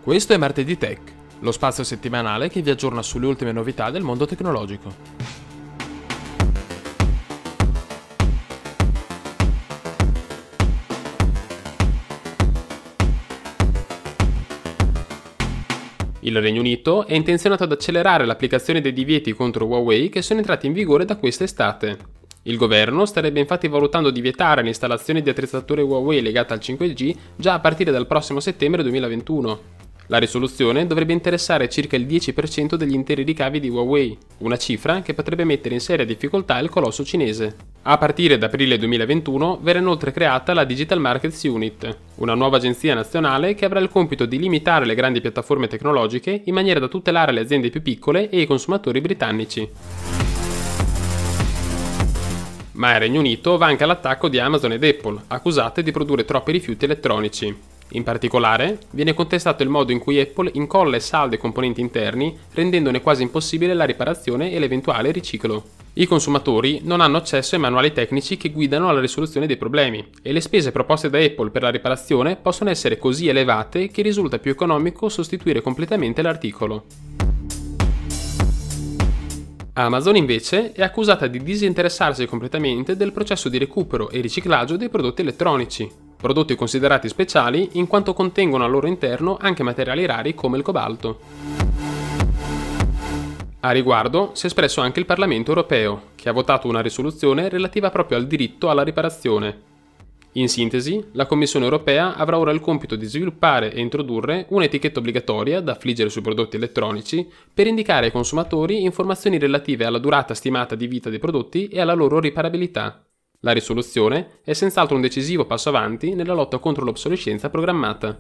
Questo è Martedì Tech, lo spazio settimanale che vi aggiorna sulle ultime novità del mondo tecnologico. Il Regno Unito è intenzionato ad accelerare l'applicazione dei divieti contro Huawei che sono entrati in vigore da quest'estate. Il governo starebbe infatti valutando di vietare l'installazione di attrezzature Huawei legate al 5G già a partire dal prossimo settembre 2021. La risoluzione dovrebbe interessare circa il 10% degli interi ricavi di Huawei, una cifra che potrebbe mettere in seria difficoltà il colosso cinese. A partire da aprile 2021 verrà inoltre creata la Digital Markets Unit, una nuova agenzia nazionale che avrà il compito di limitare le grandi piattaforme tecnologiche in maniera da tutelare le aziende più piccole e i consumatori britannici. Ma il Regno Unito va anche all'attacco di Amazon ed Apple, accusate di produrre troppi rifiuti elettronici. In particolare, viene contestato il modo in cui Apple incolla e salda i componenti interni, rendendone quasi impossibile la riparazione e l'eventuale riciclo. I consumatori non hanno accesso ai manuali tecnici che guidano alla risoluzione dei problemi, e le spese proposte da Apple per la riparazione possono essere così elevate che risulta più economico sostituire completamente l'articolo. Amazon invece è accusata di disinteressarsi completamente del processo di recupero e riciclaggio dei prodotti elettronici, prodotti considerati speciali in quanto contengono al loro interno anche materiali rari come il cobalto. A riguardo si è espresso anche il Parlamento europeo, che ha votato una risoluzione relativa proprio al diritto alla riparazione. In sintesi, la Commissione europea avrà ora il compito di sviluppare e introdurre un'etichetta obbligatoria da affliggere sui prodotti elettronici per indicare ai consumatori informazioni relative alla durata stimata di vita dei prodotti e alla loro riparabilità. La risoluzione è senz'altro un decisivo passo avanti nella lotta contro l'obsolescenza programmata.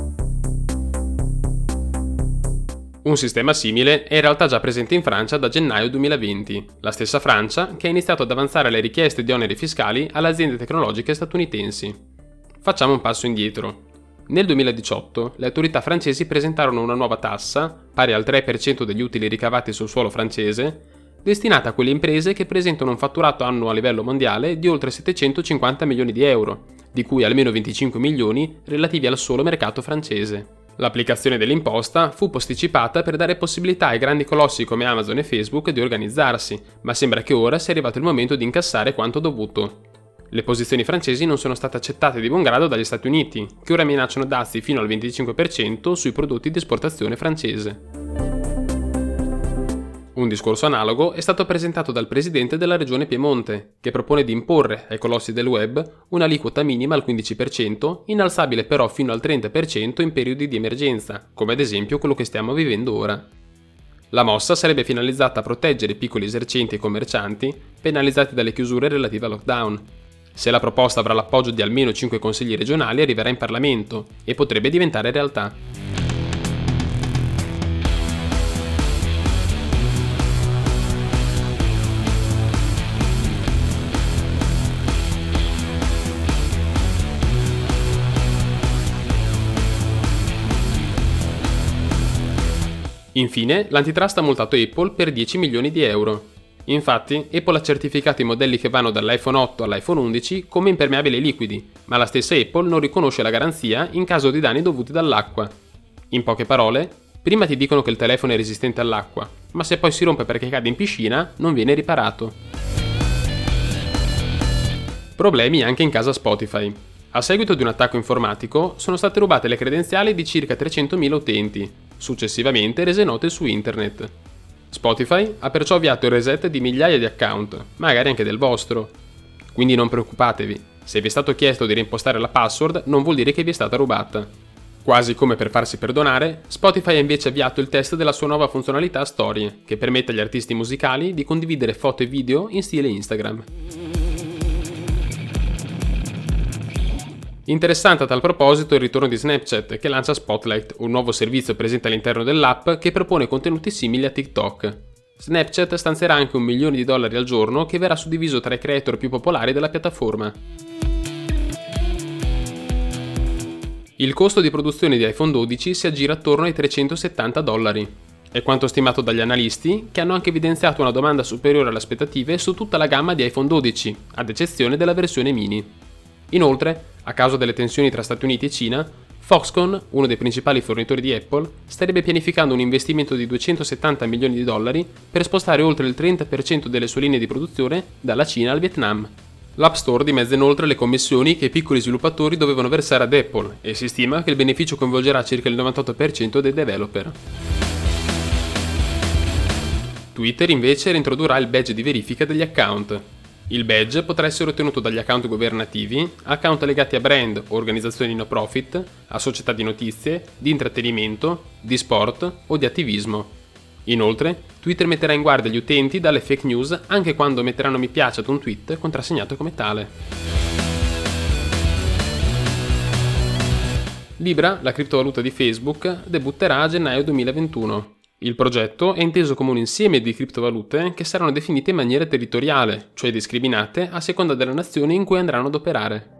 Un sistema simile è in realtà già presente in Francia da gennaio 2020, la stessa Francia che ha iniziato ad avanzare le richieste di oneri fiscali alle aziende tecnologiche statunitensi. Facciamo un passo indietro. Nel 2018 le autorità francesi presentarono una nuova tassa, pari al 3% degli utili ricavati sul suolo francese, destinata a quelle imprese che presentano un fatturato annuo a livello mondiale di oltre 750 milioni di euro, di cui almeno 25 milioni relativi al solo mercato francese. L'applicazione dell'imposta fu posticipata per dare possibilità ai grandi colossi come Amazon e Facebook di organizzarsi, ma sembra che ora sia arrivato il momento di incassare quanto dovuto. Le posizioni francesi non sono state accettate di buon grado dagli Stati Uniti, che ora minacciano dazi fino al 25% sui prodotti di esportazione francese. Un discorso analogo è stato presentato dal presidente della regione Piemonte, che propone di imporre ai colossi del web un'aliquota minima al 15%, innalzabile però fino al 30% in periodi di emergenza, come ad esempio quello che stiamo vivendo ora. La mossa sarebbe finalizzata a proteggere i piccoli esercenti e commercianti penalizzati dalle chiusure relative al lockdown. Se la proposta avrà l'appoggio di almeno 5 consigli regionali arriverà in Parlamento e potrebbe diventare realtà. Infine, l'antitrust ha multato Apple per 10 milioni di euro. Infatti, Apple ha certificato i modelli che vanno dall'iPhone 8 all'iPhone 11 come impermeabili ai liquidi, ma la stessa Apple non riconosce la garanzia in caso di danni dovuti dall'acqua. In poche parole, prima ti dicono che il telefono è resistente all'acqua, ma se poi si rompe perché cade in piscina, non viene riparato. Problemi anche in casa Spotify. A seguito di un attacco informatico, sono state rubate le credenziali di circa 300.000 utenti, successivamente rese note su internet. Spotify ha perciò avviato il reset di migliaia di account, magari anche del vostro. Quindi non preoccupatevi, se vi è stato chiesto di reimpostare la password non vuol dire che vi è stata rubata. Quasi come per farsi perdonare, Spotify ha invece avviato il test della sua nuova funzionalità Storie, che permette agli artisti musicali di condividere foto e video in stile Instagram. Interessante a tal proposito il ritorno di Snapchat, che lancia Spotlight, un nuovo servizio presente all'interno dell'app che propone contenuti simili a TikTok. Snapchat stanzierà anche $1 milione al giorno che verrà suddiviso tra i creator più popolari della piattaforma. Il costo di produzione di iPhone 12 si aggira attorno ai $370. È quanto stimato dagli analisti, che hanno anche evidenziato una domanda superiore alle aspettative su tutta la gamma di iPhone 12, ad eccezione della versione mini. Inoltre, a causa delle tensioni tra Stati Uniti e Cina, Foxconn, uno dei principali fornitori di Apple, starebbe pianificando un investimento di 270 milioni di dollari per spostare oltre il 30% delle sue linee di produzione dalla Cina al Vietnam. L'App Store dimezza inoltre le commissioni che i piccoli sviluppatori dovevano versare ad Apple e si stima che il beneficio coinvolgerà circa il 98% dei developer. Twitter invece reintrodurrà il badge di verifica degli account. Il badge potrà essere ottenuto dagli account governativi, account legati a brand o organizzazioni no profit, a società di notizie, di intrattenimento, di sport o di attivismo. Inoltre, Twitter metterà in guardia gli utenti dalle fake news anche quando metteranno mi piace ad un tweet contrassegnato come tale. Libra, la criptovaluta di Facebook, debutterà a gennaio 2021. Il progetto è inteso come un insieme di criptovalute che saranno definite in maniera territoriale, cioè discriminate a seconda della nazione in cui andranno ad operare.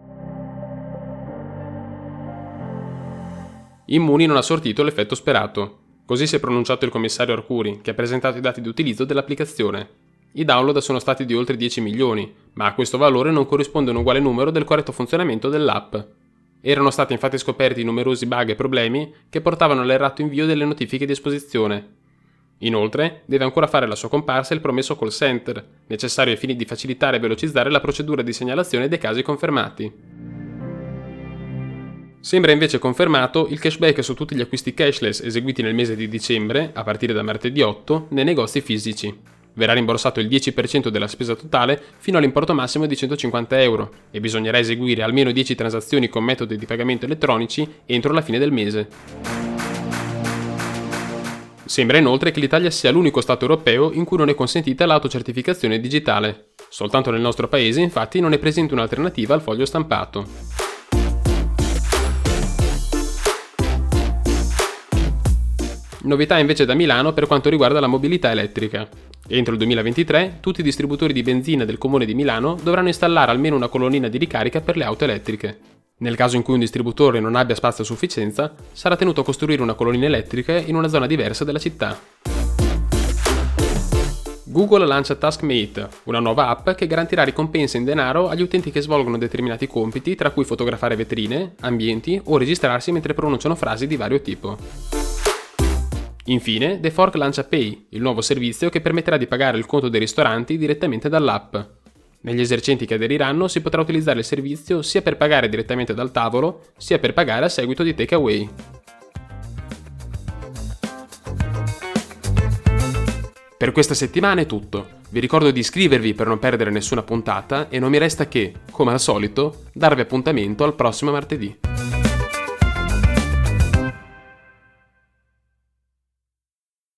Immuni non ha sortito l'effetto sperato. Così si è pronunciato il commissario Arcuri, che ha presentato i dati di utilizzo dell'applicazione. I download sono stati di oltre 10 milioni, ma a questo valore non corrisponde un uguale numero del corretto funzionamento dell'app. Erano stati infatti scoperti numerosi bug e problemi che portavano all'errato invio delle notifiche di esposizione. Inoltre, deve ancora fare la sua comparsa il promesso call center, necessario ai fini di facilitare e velocizzare la procedura di segnalazione dei casi confermati. Sembra invece confermato il cashback su tutti gli acquisti cashless eseguiti nel mese di dicembre, a partire da martedì 8, nei negozi fisici. Verrà rimborsato il 10% della spesa totale fino all'importo massimo di 150 euro e bisognerà eseguire almeno 10 transazioni con metodi di pagamento elettronici entro la fine del mese. Sembra inoltre che l'Italia sia l'unico Stato europeo in cui non è consentita l'autocertificazione digitale. Soltanto nel nostro paese, infatti, non è presente un'alternativa al foglio stampato. Novità invece da Milano per quanto riguarda la mobilità elettrica. Entro il 2023 tutti i distributori di benzina del comune di Milano dovranno installare almeno una colonnina di ricarica per le auto elettriche. Nel caso in cui un distributore non abbia spazio a sufficienza, sarà tenuto a costruire una colonnina elettrica in una zona diversa della città. Google lancia TaskMate, una nuova app che garantirà ricompense in denaro agli utenti che svolgono determinati compiti, tra cui fotografare vetrine, ambienti o registrarsi mentre pronunciano frasi di vario tipo. Infine, The Fork lancia Pay, il nuovo servizio che permetterà di pagare il conto dei ristoranti direttamente dall'app. Negli esercenti che aderiranno si potrà utilizzare il servizio sia per pagare direttamente dal tavolo, sia per pagare a seguito di takeaway. Per questa settimana è tutto. Vi ricordo di iscrivervi per non perdere nessuna puntata e non mi resta che, come al solito, darvi appuntamento al prossimo martedì.